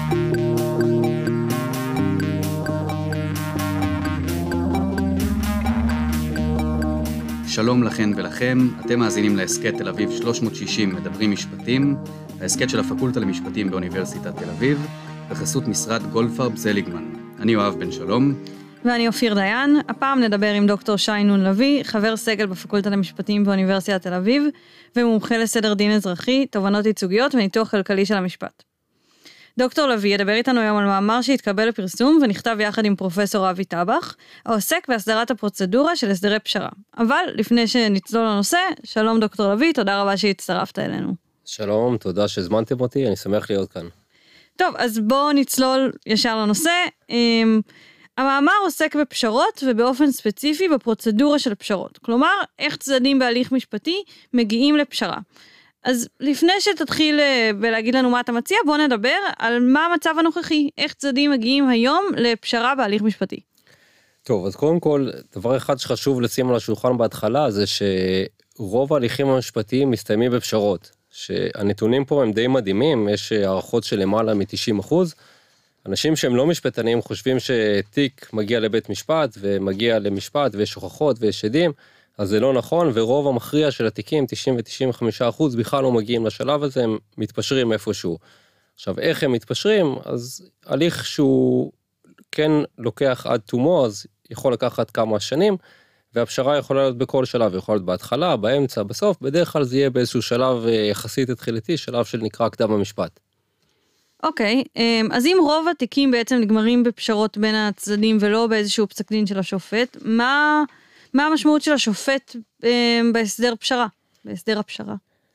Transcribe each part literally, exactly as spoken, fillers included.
שלום לכן ולכם, אתם מאזינים להסכת תל אביב שלוש מאות שישים מדברים משפטים, ההסכת של הפקולטה למשפטים באוניברסיטת תל אביב, בחסות משרד גולדפרב זליגמן. אני יואב בן שלום. ואני אופיר דיין. הפעם נדבר עם דוקטור שי נון לוי, חבר סגל בפקולטה למשפטים באוניברסיטת תל אביב, ומומחה לסדר דין אזרחי, תובענות ייצוגיות וניתוח כלכלי של המשפט. דוקטור לוי ידבר איתנו היום על מאמר שהתקבל לפרסום ונכתב יחד עם פרופסור אבי טבח, העוסק בהסדרת הפרוצדורה של הסדרי פשרה. אבל לפני שנצלול לנושא, שלום דוקטור לוי, תודה רבה שהצטרפת אלינו. שלום, תודה שהזמנתם אותי, אני שמח להיות כאן. טוב, אז בואו נצלול ישר לנושא. המאמר עוסק בפשרות ובאופן ספציפי בפרוצדורה של פשרות. כלומר, איך צדדים בהליך משפטי מגיעים לפשרה. אז לפני שתתחיל ולהגיד לנו מה אתה מציע, בוא נדבר על מה המצב הנוכחי, איך צדדים מגיעים היום לפשרה בהליך משפטי. טוב, אז קודם כל, דבר אחד שחשוב לשים על השולחן בהתחלה, זה שרוב ההליכים המשפטיים מסתיימים בפשרות, שהנתונים פה הם די מדהימים, יש הערכות של למעלה מ-תשעים אחוז, אנשים שהם לא משפטנים חושבים שתיק מגיע לבית משפט, ומגיע למשפט ויש הוכחות ויש עדים, אז זה לא נכון, ורוב המכריע של התיקים, תשעים ותשעים וחמישה אחוז, בכלל לא מגיעים לשלב הזה, הם מתפשרים איפשהו. עכשיו, איך הם מתפשרים? אז הליך שהוא כן לוקח עד תומו, אז יכול לקחת כמה שנים, והפשרה יכולה להיות בכל שלב, יכולה להיות בהתחלה, באמצע, בסוף, בדרך כלל זה יהיה באיזשהו שלב יחסית התחילתי, שלב של נקרא קדם המשפט. אוקיי, אז אם רוב התיקים בעצם נגמרים בפשרות בין הצדדים, ולא באיזשהו פסק דין של השופט, מה... מה המשמעות של השופט אה, בהסדר פשרה, בהסדר הפשרה?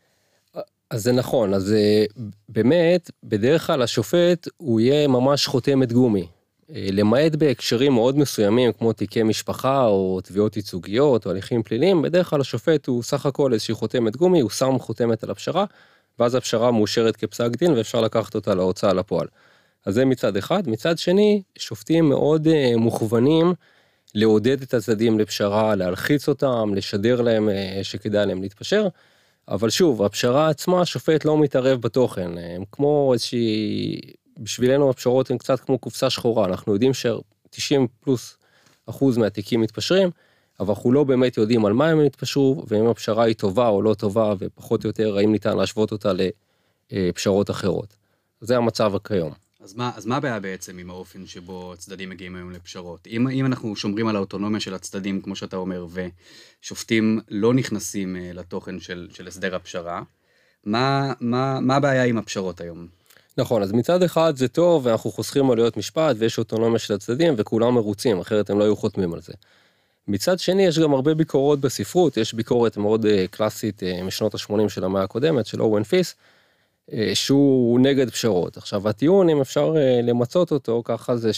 אז זה נכון, אז באמת, בדרך כלל השופט הוא יהיה ממש חותמת גומי, למעט בהקשרים מאוד מסוימים, כמו תיקי משפחה, או תביעות ייצוגיות, או הליכים פליליים, בדרך כלל השופט הוא סך הכל איזושהי חותמת גומי, הוא שם חותמת על הפשרה, ואז הפשרה מאושרת כפסק דין, ואפשר לקחת אותה להוצאה לפועל. אז זה מצד אחד. מצד שני, שופטים מאוד uh, מוכוונים, לעודד את הצדדים לפשרה, להלחיץ אותם, לשדר להם שכדאי להם להתפשר, אבל שוב, הפשרה עצמה, השופט לא מתערב בתוכן, הם כמו איזושהי, בשבילנו הפשרות הן קצת כמו קופסה שחורה, אנחנו יודעים ש-תשעים פלוס אחוז מהתיקים מתפשרים, אבל אנחנו לא באמת יודעים על מה הם מתפשרו, ואם הפשרה היא טובה או לא טובה, ופחות או יותר, האם ניתן להשוות אותה לפשרות אחרות. זה המצב כיום. אז מה, אז מה הבעיה בעצם עם האופן שבו הצדדים מגיעים היום לפשרות? אם, אם אנחנו שומרים על האוטונומיה של הצדדים, כמו שאתה אומר, ושופטים לא נכנסים לתוכן של, של הסדר הפשרה, מה, מה, מה הבעיה עם הפשרות היום? נכון, אז מצד אחד זה טוב, ואנחנו חוסכים עלויות משפט, ויש אוטונומיה של הצדדים, וכולם מרוצים, אחרת הם לא היו חותמים על זה. מצד שני, יש גם הרבה ביקורות בספרות, יש ביקורת מאוד קלאסית משנות ה-שמונים של המאה הקודמת, של אורן פיס, שהוא נגד פשרות. עכשיו, הטיעון, אם אפשר למצות אותו, ככה זה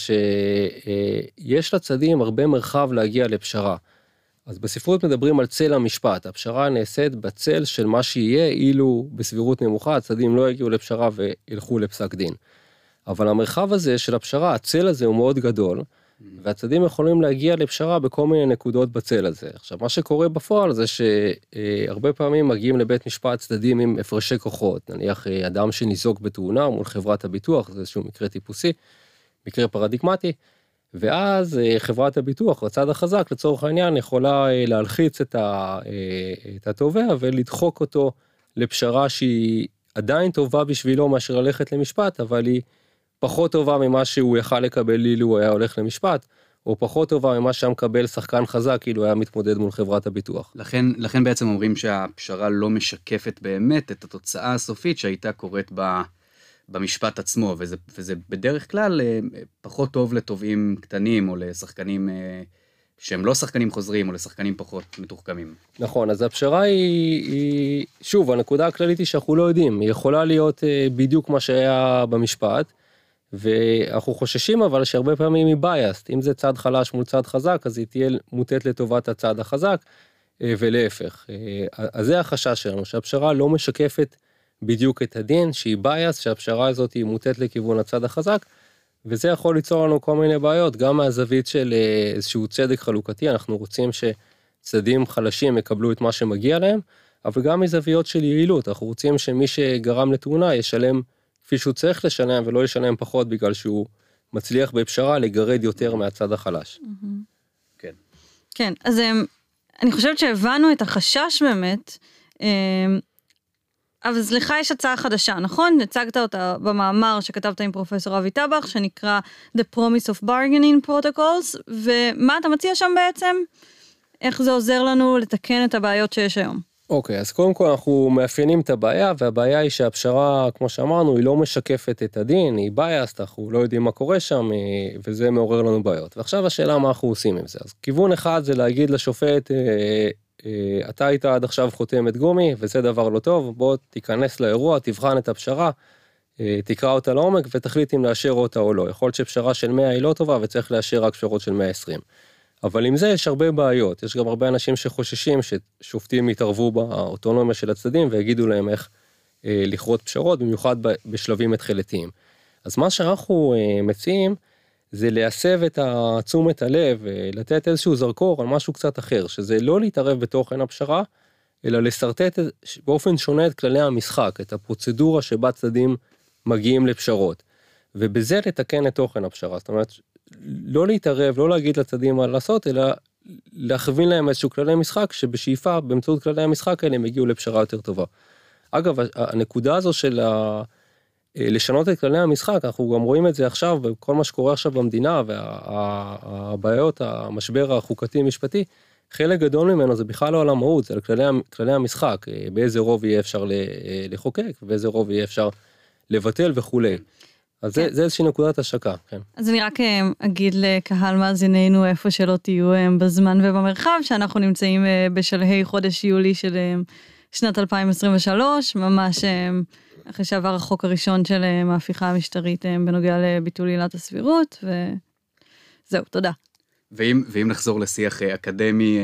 שיש לצדדים הרבה מרחב להגיע לפשרה. אז בספרות מדברים על צל המשפט, הפשרה נעשית בצל של מה שיהיה, אילו בסבירות נמוכה, הצדדים לא יגיעו לפשרה וילכו לפסק דין. אבל המרחב הזה של הפשרה, הצל הזה הוא מאוד גדול, והצדדים יכולים להגיע לפשרה בכל מיני נקודות בצל הזה. עכשיו, מה שקורה בפועל זה שהרבה פעמים מגיעים לבית משפט צדדים עם הפרשי כוחות, נניח אדם שניזוק בתאונה מול חברת הביטוח, זה איזשהו מקרה טיפוסי, מקרה פרדיגמטי, ואז חברת הביטוח, הצד החזק, לצורך העניין, יכולה להלחיץ את התובע ולדחוק אותו לפשרה שהיא עדיין טובה בשבילו מאשר ללכת למשפט, אבל היא פחות טובה ממה שהוא יכל לקבל אילו הוא היה הולך למשפט, או פחות טובה ממה שהיה מקבל שחקן חזק אילו היה מתמודד מול חברת הביטוח. לכן, לכן בעצם אומרים שהפשרה לא משקפת באמת את התוצאה הסופית שהייתה קורית ב, במשפט עצמו, וזה, וזה בדרך כלל פחות טוב לתובעים קטנים או לשחקנים שהם לא שחקנים חוזרים או לשחקנים פחות מתוחכמים. נכון, אז הפשרה היא, היא שוב, הנקודה הכללית היא שאנחנו לא יודעים, היא יכולה להיות בדיוק מה שהיה במשפט, ואנחנו חוששים אבל שהרבה פעמים היא biased, אם זה צד חלש מול צד חזק, אז היא תהיה מוטט לטובת הצד החזק, ולהפך. אז זה החשש שלנו, שהפשרה לא משקפת בדיוק את הדין, שהיא biased, שהפשרה הזאת היא מוטט לכיוון הצד החזק, וזה יכול ליצור לנו כל מיני בעיות, גם מהזווית של איזשהו צדק חלוקתי, אנחנו רוצים שצדדים חלשים יקבלו את מה שמגיע להם, אבל גם מזוויות של יעילות, אנחנו רוצים שמי שגרם לתאונה ישלם כפי שהוא צריך לשלם, ולא ישלם פחות בגלל שהוא מצליח בפשרה לגרד יותר מהצד החלש. כן. כן, אז אני חושבת שהבנו את החשש באמת, אבל לך יש הצעה חדשה, נכון? הצגת אותה במאמר שכתבת עם פרופסור אבי טבח, שנקרא The Promise of Bargaining Protocols, ומה אתה מציע שם בעצם? איך זה עוזר לנו לתקן את הבעיות שיש היום? אוקיי, אז קודם כל אנחנו מאפיינים את הבעיה, והבעיה היא שהפשרה, כמו שאמרנו, היא לא משקפת את הדין, היא biased, אנחנו לא יודעים מה קורה שם, וזה מעורר לנו בעיות. ועכשיו השאלה מה אנחנו עושים עם זה. אז כיוון אחד זה להגיד לשופט, אתה היית עד עכשיו חותמת גומי, וזה דבר לא טוב, בוא תיכנס לאירוע, תבחן את הפשרה, תקרא אותה לעומק, ותחליט אם לאשר אותה או לא. יכול להיות שפשרה של מאה היא לא טובה, וצריך לאשר רק פשרות של מאה ועשרים. אבל עם זה יש הרבה בעיות, יש גם הרבה אנשים שחוששים ששופטים יתערבו באוטונומיה של הצדדים, ויגידו להם איך אה, לכרות פשרות, במיוחד בשלבים התחלתיים. אז מה שאנחנו אה, מציעים, זה להסב את תשומת הלב, ולתת איזשהו זרקור על משהו קצת אחר, שזה לא להתערב בתוכן הפשרה, אלא לסרטט באופן שונה את כללי המשחק, את הפרוצדורה שבה צדדים מגיעים לפשרות, ובזה לתקן את תוכן הפשרה, זאת אומרת, לא להתערב, לא להגיד לצדדים מה לעשות, אלא להכווין להם איזשהו כללי משחק, שבשאיפה, באמצעות כללי המשחק האלה, הם הגיעו לפשרה יותר טובה. אגב, הנקודה הזו של ה... לשנות את כללי המשחק, אנחנו גם רואים את זה עכשיו, בכל מה שקורה עכשיו במדינה, והבעיות, המשבר החוקתי-משפטי, חלק גדול ממנו זה בכלל לא על המהות, זה על כללי, כללי המשחק, באיזה רוב יהיה אפשר לחוקק, ובאיזה רוב יהיה אפשר לבטל וכו'. אז כן. זה, זה איזושהי נקודת השקה, כן. אז אני רק אגיד לקהל מאזיננו איפה שלא תהיו בזמן ובמרחב, שאנחנו נמצאים בשלהי חודש יולי של שנת אלפיים עשרים ושלוש, ממש אחרי שעבר החוק הראשון של ההפיכה המשטרית בנוגע לביטול עילת הסבירות, וזהו, תודה. ואם, ואם נחזור לשיח אקדמי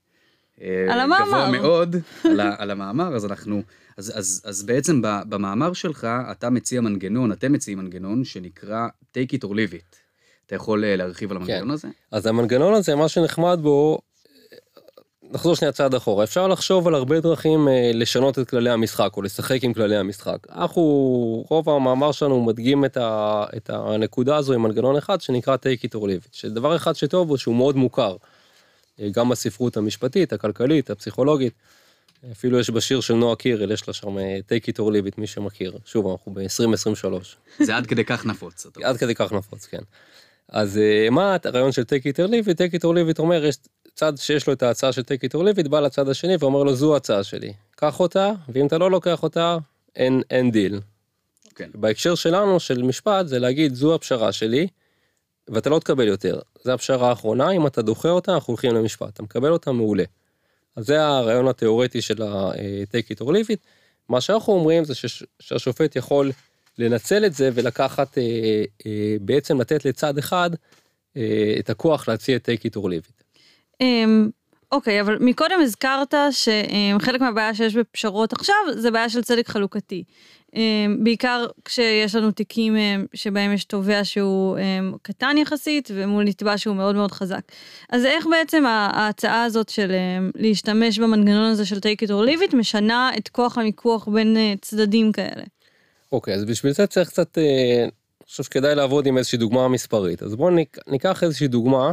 על המאמר. גבוה מאוד, על, ה, על המאמר, אז אנחנו... אז, אז, אז בעצם במאמר שלך, אתה מציע מנגנון, אתם מציעים מנגנון שנקרא take it or leave it. אתה יכול להרחיב על המנגנון כן. הזה? אז המנגנון הזה, מה שנחמד בו, נחזור שנייה צעד אחורה, אפשר לחשוב על הרבה דרכים לשנות את כללי המשחק, או לשחק עם כללי המשחק. אנחנו, רוב המאמר שלנו מדגים את, ה, את הנקודה הזו עם מנגנון אחד, שנקרא take it or leave it. שדבר אחד שטוב בו, שהוא מאוד מוכר, גם בספרות המשפטית, הכלכלית, הפסיכולוגית, אפילו יש בשיר של נועה קירל, יש לה שם take it or leave it, מי שמכיר. שוב, אנחנו ב-עשרים עשרים ושלוש. זה עד כדי כך נפוץ. עד כדי כך נפוץ, כן. אז מה הרעיון של take it or leave it? take it or leave it אומר, יש צד שיש לו את ההצעה של take it or leave it, בא לצד השני ואומר לו, זו ההצעה שלי. קח אותה, ואם אתה לא לוקח אותה, אין, אין דיל. כן. בהקשר שלנו, של משפט, זה להגיד, זו הפשרה שלי, ואתה לא תקבל יותר. זו הפשרה האחרונה, אם אתה דוחה אותה, אנחנו הולכים למשפט. אתה מקבל אותה מעולה. אז זה הרעיון התיאורטי של ה-take it or leave it. מה שאנחנו אומרים זה שהשופט יכול לנצל את זה ולקחת, בעצם לתת לצד אחד את הכוח להציע את take it or leave it. אוקיי, אבל מקודם הזכרת שחלק מהבעיה שיש בפשרות עכשיו זה בעיה של צדק חלוקתי. בעיקר כשיש לנו תיקים שבהם יש תובע שהוא קטן יחסית ומול נתבע שהוא מאוד מאוד חזק. אז איך בעצם ההצעה הזאת של להשתמש במנגנון הזה של take it or leave it משנה את כוח המיקוח בין צדדים כאלה? אוקיי, אז בשביל זה צריך קצת, אני חושב שכדאי לעבוד עם איזושהי דוגמה מספרית. אז בואו ניקח איזושהי דוגמה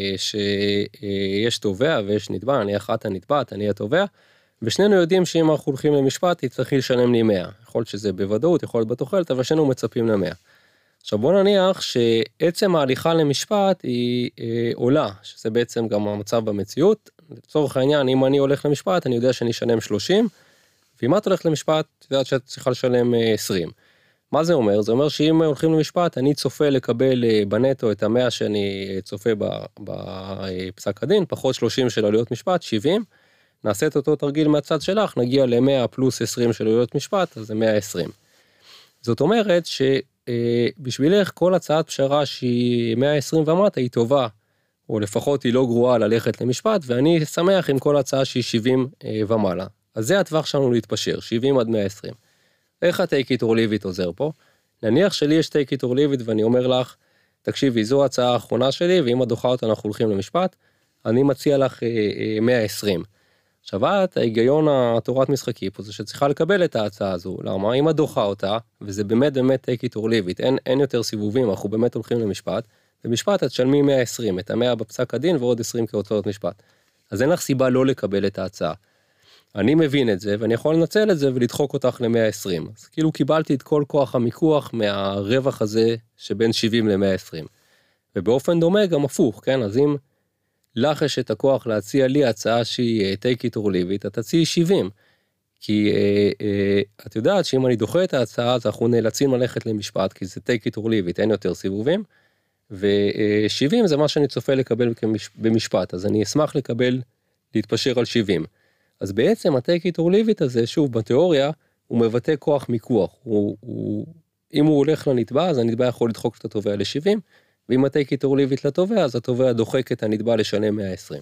שיש תובע ויש נתבע, אני אחת הנתבעת, אני התובע, ושנינו יודעים שאם אנחנו הולכים למשפט, היא צריכה לשלם לי מאה. יכול להיות שזה בוודאות, יכול להיות בתוחלת, אבל שנינו מצפים למאה. עכשיו בוא נניח שעצם ההליכה למשפט היא אה, עולה, שזה בעצם גם המצב במציאות. לצורך העניין, אם אני הולך למשפט, אני יודע שאני אשלם שלושים, ואם את הולך למשפט, את יודעת שאת צריכה לשלם אה, עשרים. מה זה אומר? זה אומר שאם הולכים למשפט, אני צופה לקבל אה, בנטו את המאה שאני צופה בפסק הדין, פחות שלושים של עלויות משפט, שבעים, נעשה את אותו תרגיל מהצד שלך, נגיע ל-מאה פלוס עשרים של עלויות משפט, אז זה מאה ועשרים. זאת אומרת שבשבילך כל הצעת פשרה שהיא מאה ועשרים ומטה היא טובה, או לפחות היא לא גרועה ללכת למשפט, ואני שמח עם כל הצעה שהיא שבעים ומעלה. אז זה הטווח שלנו להתפשר, שבעים עד מאה ועשרים. איך ה-take it or leave it עוזר פה? נניח שלי יש take it or leave it ואני אומר לך, תקשיבי, זו ההצעה האחרונה שלי, ואם את דוחה אותה אנחנו הולכים למשפט, אני מציע לך מאה ועשרים. עכשיו, את, ההיגיון התורת משחקי פה זה שצריכה לקבל את ההצעה הזו. למה? אם את דוחה אותה, וזה באמת באמת take it or leave it, אין, אין יותר סיבובים, אנחנו באמת הולכים למשפט, במשפט את שלמי מאה ועשרים, את המאה בפסק הדין ועוד עשרים כהוצאות משפט. אז אין לך סיבה לא לקבל את ההצעה. אני מבין את זה, ואני יכול לנצל את זה ולדחוק אותך ל-מאה ועשרים. אז כאילו קיבלתי את כל כוח המיקוח מהרווח הזה שבין שבעים ל-מאה ועשרים. ובאופן דומה גם הפוך, כן? אז אם לך יש את הכוח להציע לי הצעה שהיא take it or leave it, את תציעי שבעים. כי אה, אה, את יודעת שאם אני דוחה את ההצעה, אז אנחנו נאלצים ללכת למשפט, כי זה take it or leave it, אין יותר סיבובים. ו-שבעים זה מה שאני צופה לקבל במשפט, אז אני אשמח לקבל, להתפשר על שבעים. אז בעצם ה-take it or leave it הזה, שוב, בתיאוריה, הוא מבטא כוח מיקוח. הוא, הוא, אם הוא הולך לנתבע, אז הנתבע יכול לדחוק את התובע ל-שבעים, ואם ה-take it or leave it לתובע, אז התובע דוחק את הנתבע לשלם מאה ועשרים.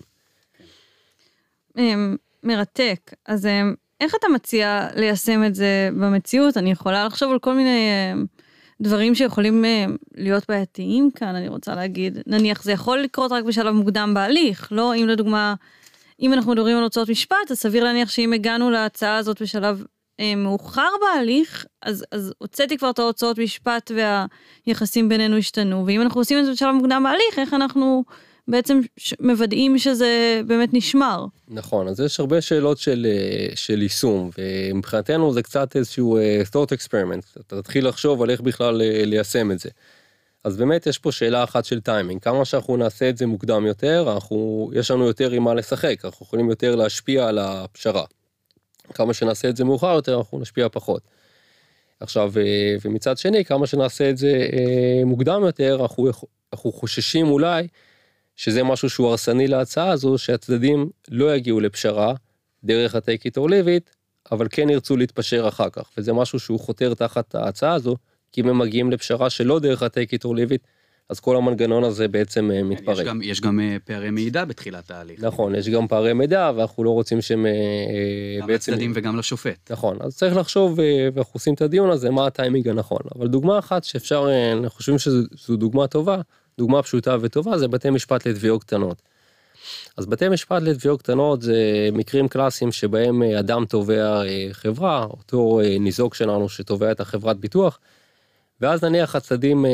מרתק. אז איך אתה מציע ליישם את זה במציאות? אני יכולה לחשוב על כל מיני דברים שיכולים להיות בעייתיים כאן, אני רוצה להגיד. נניח, זה יכול לקרות רק בשלב מוקדם בהליך, לא? אם לדוגמה, אם אנחנו מדברים על הוצאות משפט, אז סביר להניח שאם הגענו להצעה הזאת בשלב אה, מאוחר בהליך, אז, אז הוצאתי כבר את ההוצאות משפט והיחסים בינינו השתנו, ואם אנחנו עושים את זה בשלב מוקדם בהליך, איך אנחנו בעצם מוודאים שזה באמת נשמר? נכון, אז יש הרבה שאלות של, של יישום, ומבחינתנו זה קצת איזשהו thought experiment, אתה תתחיל לחשוב על איך בכלל ליישם את זה. אז באמת יש פה שאלה אחת של טיימינג, כמה שאנחנו נעשה את זה מוקדם יותר, אנחנו, יש לנו יותר עם מה לשחק, אנחנו יכולים יותר להשפיע על הפשרה. כמה שנעשה את זה מאוחר יותר, אנחנו נשפיע פחות. עכשיו, ומצד שני, כמה שנעשה את זה מוקדם יותר, אנחנו, אנחנו חוששים אולי, שזה משהו שהוא הרסני להצעה הזו, שהצדדים לא יגיעו לפשרה, דרך ה-take it or leave it, אבל כן ירצו להתפשר אחר כך, וזה משהו שהוא חותר תחת ההצעה הזו, כי אם הם מגיעים לפשרה שלא דרך ה-take it or leave it, אז כל המנגנון הזה בעצם מתפרק. יש גם, יש גם פערי מידע בתחילת ההליך. נכון, יש גם פערי מידע, ואנחנו לא רוצים שהם גם בעצם... לצדדים וגם לשופט. נכון, אז צריך לחשוב, ואנחנו עושים את הדיון הזה, מה הטיימינג הנכון. אבל דוגמה אחת שאפשר, אנחנו חושבים שזו דוגמה טובה, דוגמה פשוטה וטובה, זה בתי משפט לתביעות קטנות. אז בתי משפט לתביעות קטנות זה מקרים קלאסיים שבהם אדם תובע חברה, אותו ניזוק שלנו שתובע את החברת ביטוח, ואז נניח הצדדים,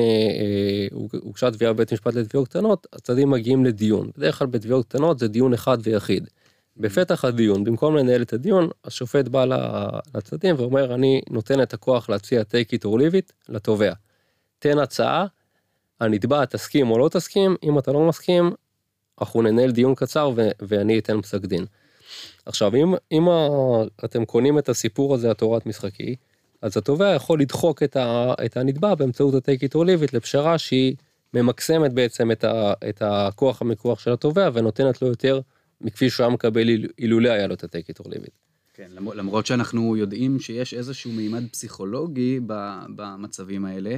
הוגשה תביעה בבית משפט לתביעות קטנות, הצדדים מגיעים לדיון. בדרך כלל בתביעות קטנות זה דיון אחד ויחיד. בפתח הדיון, במקום לנהל את הדיון, השופט בא לצדדים ואומר, אני נותן את הכוח להציע take it or leave it לתובע. תן הצעה, הנתבע תסכים או לא תסכים, אם אתה לא מסכים, אנחנו ננהל דיון קצר ו- ואני אתן פסק דין. עכשיו, אם, אם ה- אתם קונים את הסיפור הזה, התורת משחקי, אז התובע יכול לדחוק את, ה- את הנתבע באמצעות ה-take it or leave it לפשרה שהיא ממקסמת בעצם את, ה- את הכוח המיקוח של התובע, ונותנת לו יותר מכפי שהוא היה מקבל אילולא היה לו את ה-take it or leave it. כן, למרות שאנחנו יודעים שיש איזשהו מימד פסיכולוגי במצבים האלה,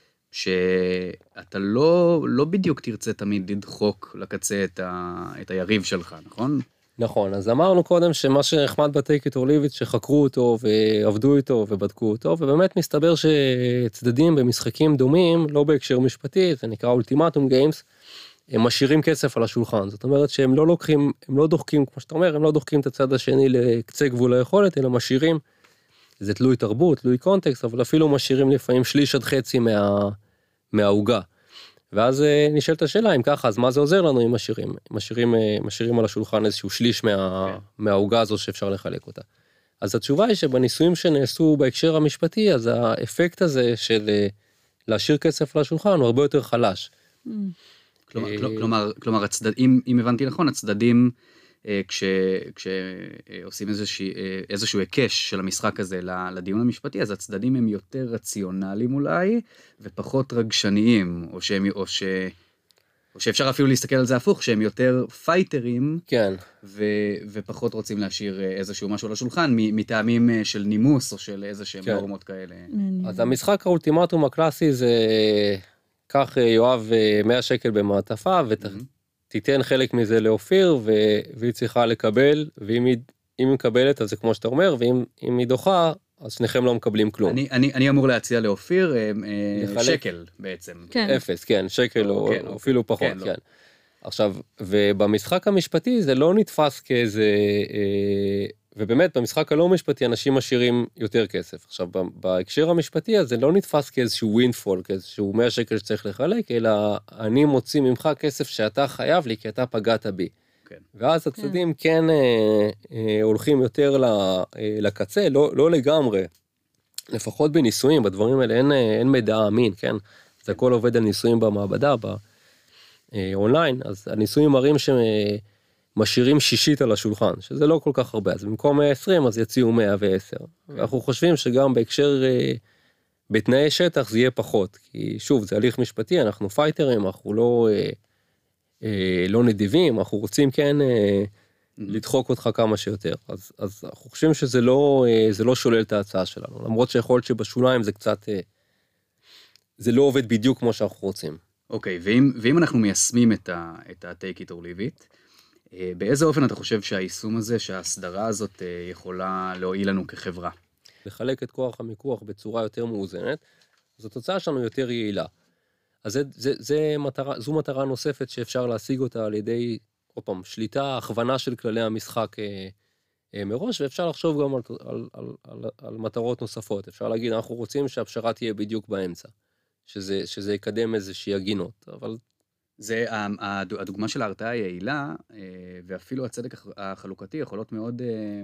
שאתה לא, לא בדיוק תרצה תמיד לדחוק לקצה את, ה, את היריב שלך, נכון? נכון, אז אמרנו קודם שמה שנחמד ב-take it or leave it, שחקרו אותו ועבדו איתו ובדקו אותו, ובאמת מסתבר שצדדים במשחקים דומים, לא בהקשר משפטי, זה נקרא אולטימטום גיימס, הם משאירים כסף על השולחן, זאת אומרת שהם לא לוקחים, הם לא דוחקים, כמו שאתה אומר, הם לא דוחקים את הצד השני לקצה גבול היכולת, אלא משאירים, זה תלוי תרבות, תלוי קונטקסט, אבל אפילו משאירים לפעמים שליש עד חצי מה... מההוגה. ואז נשאלת השאלה, אם ככה, אז מה זה עוזר לנו אם משאירים? משאירים, משאירים על השולחן איזשהו שליש מה, מההוגה הזו שאפשר לחלק אותה. אז התשובה היא שבניסויים שנעשו בהקשר המשפטי, אז האפקט הזה של להשאיר כסף על השולחן הוא הרבה יותר חלש. כלומר, כלומר, כלומר הצדד, אם, אם הבנתי נכון, הצדדים, כש, כשעושים איזושהי, איזשהו היקש של המשחק הזה לדיון המשפטי, אז הצדדים הם יותר רציונליים אולי, ופחות רגשניים, או, שהם, או, ש, או שאפשר אפילו להסתכל על זה הפוך, שהם יותר פייטרים, כן. ו, ופחות רוצים להשאיר איזשהו משהו על השולחן, מטעמים של נימוס, או של איזשהם כן. נורמות כאלה. אז המשחק האולטימטום הקלאסי זה, כך יואב מאה שקל במעטפה, ות... mm-hmm. תיתן חלק מזה לאופיר, ו... והיא צריכה לקבל, ואם היא, היא מקבלת, אז זה כמו שאתה אומר, ואם היא דוחה, אז שניכם לא מקבלים כלום. אני, אני, אני אמור להציע לאופיר לחלק... שקל בעצם. כן. אפס, כן, שקל או, או, כן, או אפילו פחות, כן. לא. כן. עכשיו, ובמשחק המשפטי זה לא נתפס כאיזה, ובאמת במשחק הלא משפטי אנשים משאירים יותר כסף. עכשיו, בהקשר המשפטי הזה לא נתפס כאיזשהו ווינפול, כאיזשהו מאה שקל שצריך לחלק, אלא אני מוציא ממך כסף שאתה חייב לי כי אתה פגעת בי. כן. ואז הצדדים כן, כן אה, אה, הולכים יותר לקצה, לא, לא לגמרי. לפחות בניסויים, בדברים האלה אין, אין מידע אמין, כן? זה הכל עובד על ניסויים במעבדה, באונליין, אז הניסויים מראים שמשאירים שישית על השולחן, שזה לא כל כך הרבה, אז במקום מאה ועשרים אז יציעו מאה ועשר. ואנחנו חושבים שגם בהקשר, בתנאי שטח זה יהיה פחות, כי שוב, זה הליך משפטי, אנחנו פייטרים, אנחנו לא, לא נדיבים, אנחנו רוצים כן לדחוק אותך כמה שיותר, אז, אז אנחנו חושבים שזה לא, זה לא שולל את ההצעה שלנו, למרות שיכול להיות שבשוליים זה קצת, זה לא עובד בדיוק כמו שאנחנו רוצים. אוקיי, ואם, ואם אנחנו מיישמים את ה, את ה-take it or leave it, באיזה אופן אתה חושב שהיישום הזה, שההסדרה הזאת יכולה להועיל לנו כחברה? לחלק את כוח המיקוח בצורה יותר מאוזנת, אז התוצאה שלנו יותר יעילה. אז זה, זה, זה מטרה, זו מטרה נוספת שאפשר להשיג אותה על ידי, עוד פעם, שליטה, הכוונה של כללי המשחק אה, אה, מראש, ואפשר לחשוב גם על, על, על, על, על מטרות נוספות. אפשר להגיד, אנחנו רוצים שהפשרה תהיה בדיוק באמצע, שזה, שזה יקדם איזושהי הגינות, אבל... זה, הדוגמה של ההרתעה היא יעילה, ואפילו הצדק החלוקתי יכולות מאוד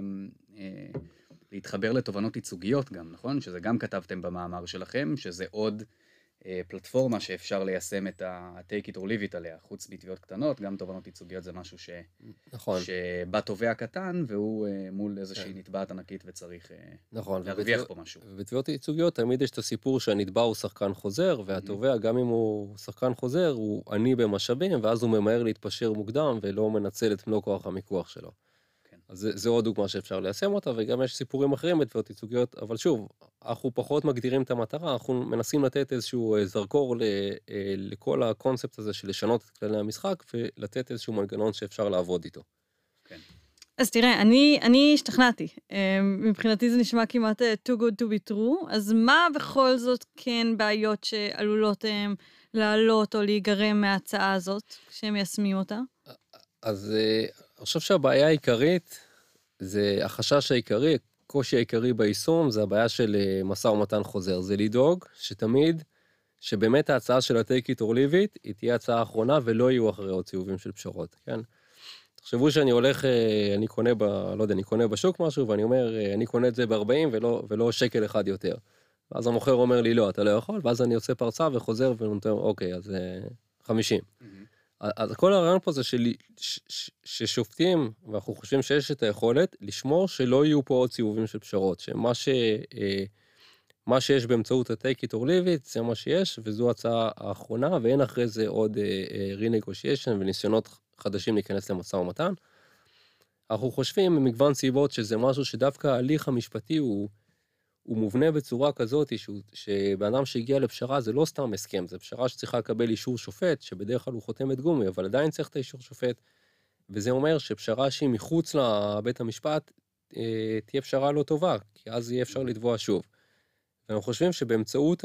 להתחבר לתובנות ייצוגיות גם, נכון? שזה גם כתבתם במאמר שלכם, שזה עוד פלטפורמה שאפשר ליישם את ה-take it or leave it עליה, חוץ בתביעות קטנות, גם תובנות ייצוגיות זה משהו ש... נכון. שבא תובע קטן, והוא מול איזושהי נתבעת ענקית וצריך נכון. להרוויח פה משהו. ובתביעות ייצוגיות תמיד יש את הסיפור שהנתבע הוא שחקן חוזר, והתובע גם אם הוא שחקן חוזר, הוא עני במשאבים, ואז הוא ממהר להתפשר מוקדם, ולא מנצל את מלוא כוח המיקוח שלו. אז זה, זה עוד דוגמה שאפשר ליישם אותה, וגם יש סיפורים אחרים בתביעות ייצוגיות, אבל שוב, אנחנו פחות מגדירים את המטרה, אנחנו מנסים לתת איזשהו זרקור ל, לכל הקונספט הזה של לשנות את כללי המשחק, ולתת איזשהו מנגנון שאפשר לעבוד איתו. כן. אז תראה, אני, אני השתכנעתי. מבחינתי זה נשמע כמעט too good to be true, אז מה בכל זאת כן בעיות שעלולות הם לעלות או להיגרם מההצעה הזאת, כשהם מיישמים אותה? אז אני חושב שהבעיה העיקרית, זה החשש העיקרי, הקושי העיקרי ביישום, זה הבעיה של משא ומתן חוזר. זה לדאוג שתמיד, שבאמת ההצעה של ה-take it or leave it, היא תהיה הצעה האחרונה, ולא יהיו אחרי עוד סיבובים של פשרות, כן? תחשבו שאני הולך, אני קונה ב, לא יודע, אני קונה בשוק משהו, ואני אומר, אני קונה את זה ב-ארבעים, ולא, ולא שקל אחד יותר. ואז המוכר אומר לי, לא, אתה לא יכול, ואז אני יוצא פרצה וחוזר, ונותן, אוקיי, אז חמישים. אז כל הרעיון פה זה של, ש, ש, ששופטים, ואנחנו חושבים שיש את היכולת, לשמור שלא יהיו פה עוד סיבובים של פשרות, שמה ש, מה שיש באמצעות ה-take it or leave it, זה מה שיש, וזו הצעה האחרונה, ואין אחרי זה עוד renegotiation וניסיונות חדשים להיכנס למשא ומתן. אנחנו חושבים במגוון סיבות שזה משהו שדווקא ההליך המשפטי הוא, הוא מובנה בצורה כזאת, שבאדם שהגיע לפשרה זה לא סתם הסכם, זה פשרה שצריכה לקבל אישור שופט, שבדרך כלל הוא חותמת גומי, אבל עדיין צריך את האישור שופט, וזה אומר שפשרה שהיא מחוץ לבית המשפט, תהיה פשרה לא טובה, כי אז יהיה אפשר לתבוע שוב. ואנחנו חושבים שבאמצעות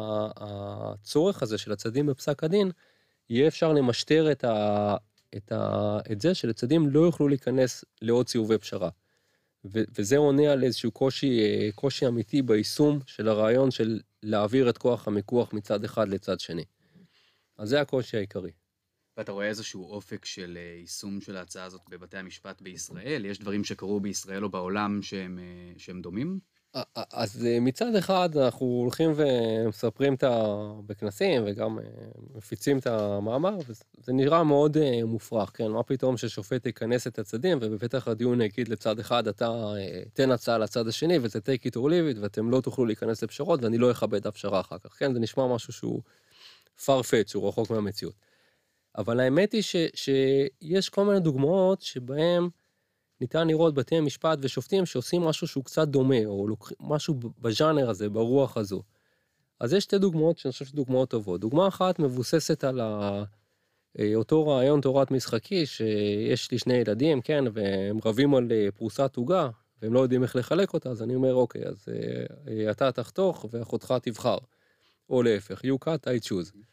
הצורך הזה של הצדדים בפסק הדין, יהיה אפשר למשטר את, ה, את, ה, את זה שלצדדים לא יוכלו להיכנס לעוד סיבובי פשרה. ו, וזה עונה על איזשהו קושי, קושי אמיתי ביישום של הרעיון של להעביר את כוח המיקוח מצד אחד לצד שני. אז זה הקושי העיקרי. ואתה רואה איזשהו אופק של יישום של ההצעה הזאת בבתי המשפט בישראל? יש דברים שקרו בישראל או בעולם שהם, שהם דומים? אז מצד אחד אנחנו הולכים ומספרים את ה... בכנסים וגם מפיצים את המאמר, וזה נראה מאוד מופרך, כן? מה פתאום ששופט ייכנס את הצדדים, ובפתח הדיון יגיד לצד אחד, אתה תן הצעה לצד השני, וזה take it or leave it, ואתם לא תוכלו להיכנס לפשרות, ואני לא אכבד הפשרה אחר כך, כן? זה נשמע משהו שהוא farfetch, שהוא רחוק מהמציאות. אבל האמת היא ש... שיש כל מיני דוגמאות שבהם ניתן לראות בתי משפט ושופטים שעושים משהו שהוא קצת דומה, או משהו בז'אנר הזה, ברוח הזו. אז יש שתי דוגמאות שאני חושב שדוגמאות טובות. דוגמה אחת מבוססת על אותו רעיון תורת משחקי, שיש לי שני ילדים, כן, והם רבים על פרוסת עוגה, והם לא יודעים איך לחלק אותה, אז אני אומר, אוקיי, אז אתה תחתוך ואחותך תבחר. או להפך, you cut, I choose.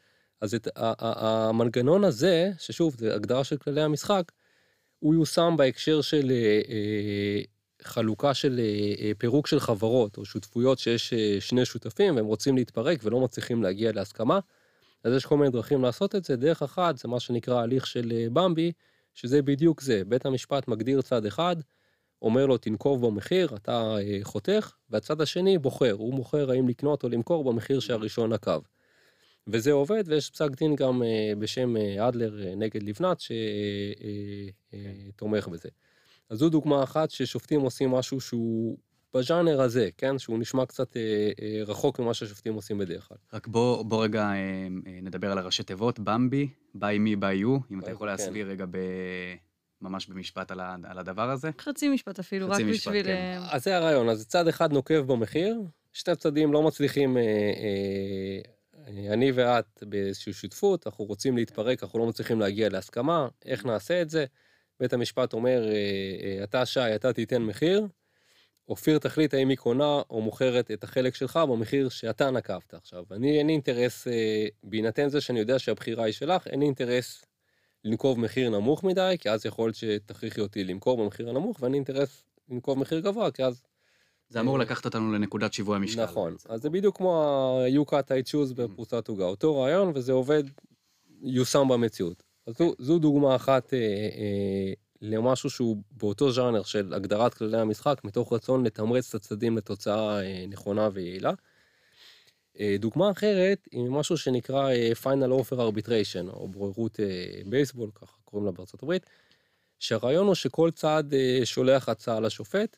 אז את, ה, ה, המנגנון הזה, ששוב, זה הגדרה של כללי המשחק, הוא יושם בהקשר של אה, אה, חלוקה של אה, פירוק של חברות, או שותפויות שיש אה, שני שותפים, והם רוצים להתפרק ולא מצליחים להגיע להסכמה, אז יש כל מיני דרכים לעשות את זה. דרך אחת, זה מה שנקרא הליך של אה, במבי, שזה בדיוק זה. בית המשפט מגדיר צד אחד, אומר לו תנקוב במחיר, אתה אה, חותך, והצד השני בוחר, הוא מוכר האם לקנות או למכור במחיר שהראשון נקב. וזה עובד, ויש פסק דין גם אה, בשם אה, אדלר אה, נגד לבנת, שתומך אה, אה, בזה. אז זו דוגמה אחת ששופטים עושים משהו שהוא בז'אנר הזה, כן? שהוא נשמע קצת אה, אה, רחוק ממה ששופטים עושים בדרך כלל. רק בוא, בוא רגע אה, אה, נדבר על הראשי תיבות, במבי, by me, by you, אם אתה יכול כן. להסביר רגע ב... ממש במשפט על, ה... על הדבר הזה. חצי משפט אפילו, חצי רק משפט, בשביל... כן. אה, אז זה הרעיון, אז צד אחד נוקב במחיר, שני צדדים לא מצליחים, אה, אה, אני ואת באיזושהי שותפות, אנחנו רוצים להתפרק, אנחנו לא מצליחים להגיע להסכמה, איך נעשה את זה? בית המשפט אומר, אה, אה, אתה שי, אתה תיתן מחיר, אופיר תחליט האם היא קונה או מוכרת את החלק שלך במחיר שאתה נקבת עכשיו. אני, אין לי אינטרס, אה, בהינתן זה שאני יודע שהבחירה היא שלך, אין לי אינטרס לנקוב מחיר נמוך מדי, כי אז יכול להיות שתכריחי אותי למכור במחיר הנמוך, ואין לי אינטרס לנקוב מחיר גבוה, כי אז... זה אמור לקחת אותנו לנקודת שיווי המשקל. נכון, אז זה בדיוק כמו ה-you cut I choose בפרוסת עוגה, אותו רעיון, וזה עובד, יושם במציאות. אז זו, זו דוגמה אחת אה, אה, למשהו שהוא באותו ז'אנר של הגדרת כללי המשחק, מתוך רצון לתמרץ את הצדדים לתוצאה אה, נכונה ויעילה. אה, דוגמה אחרת היא משהו שנקרא אה, Final Offer Arbitration, או בוררות אה, בייסבול, ככה קוראים לה בארצות הברית, שהרעיון הוא שכל צד אה, שולח הצעה לשופט,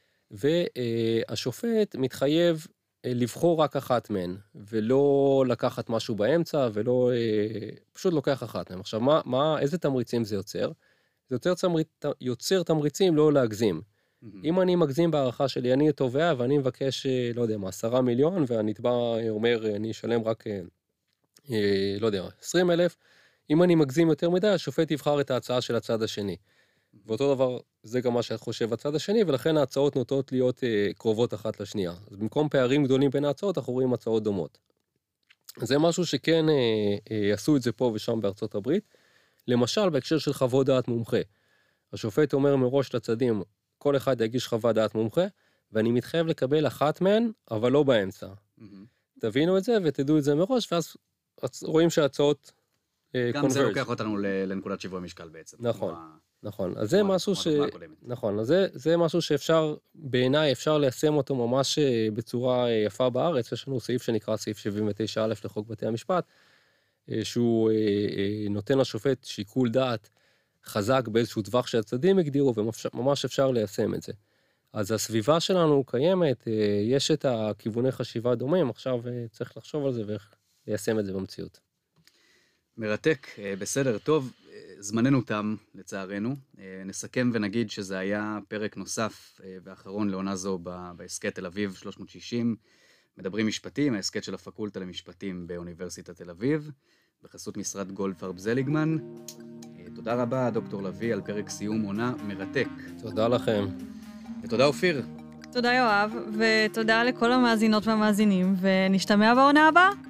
והשופט מתחייב לבחור רק אחת מהן, ולא לקחת משהו באמצע, ולא, פשוט לוקח אחת מהן. עכשיו, מה, מה, איזה תמריצים זה יוצר? זה יוצר, תמריצ, יוצר תמריצים לא להגזים. Mm-hmm. אם אני מגזים בהערכה שלי, אני תובע, ואני מבקש, לא יודע מה, עשרה מיליון, והנתבע אומר, אני אשלם רק, לא יודע, עשרים אלף, אם אני מגזים יותר מדי, השופט יבחר את ההצעה של הצד השני. ואותו דבר, זה גם מה שאת חושב הצד השני, ולכן ההצעות נוטות להיות אה, קרובות אחת לשנייה. אז במקום פערים גדולים בין ההצעות, אנחנו רואים הצעות דומות. זה משהו שכן אה, אה, עשו את זה פה ושם בארצות הברית. למשל, בהקשר של חוות דעת מומחה. השופט אומר מראש לצדדים, כל אחד יגיש חוות דעת מומחה, ואני מתחייב לקבל אחת מהן, אבל לא באמצע. Mm-hmm. תבינו את זה ותדעו את זה מראש, ואז רואים שההצעות אה, גם converge. זה לוקח אותנו לנקודת שיווי המשקל בעצם. נכון. נכון, אז זה משהו ש... נכון, אז זה, זה משהו שאפשר, בעיניי אפשר ליישם אותו ממש בצורה יפה בארץ. יש לנו סעיף שנקרא סעיף שבעים ותשע א' לחוק בתי המשפט, שהוא נותן לשופט שיקול דעת חזק באיזשהו טווח שהצדדים הגדירו, וממש אפשר ליישם את זה. אז הסביבה שלנו קיימת, יש את הכיווני חשיבה דומים, עכשיו צריך לחשוב על זה ואיך ליישם את זה במציאות. מרתק, בסדר, טוב, זמננו תם לצערנו, נסכם ונגיד שזה היה פרק נוסף ואחרון לעונה זו בהסקט תל אביב שלוש מאות שישים, מדברים משפטים, ההסקט של הפקולטה למשפטים באוניברסיטת תל אביב, בחסות משרד גולדפרב זליגמן. תודה רבה דוקטור לוי על פרק סיום עונה מרתק. תודה לכם. ותודה אופיר. תודה יואב, ותודה לכל המאזינות והמאזינים, ונשתמע בעונה הבאה.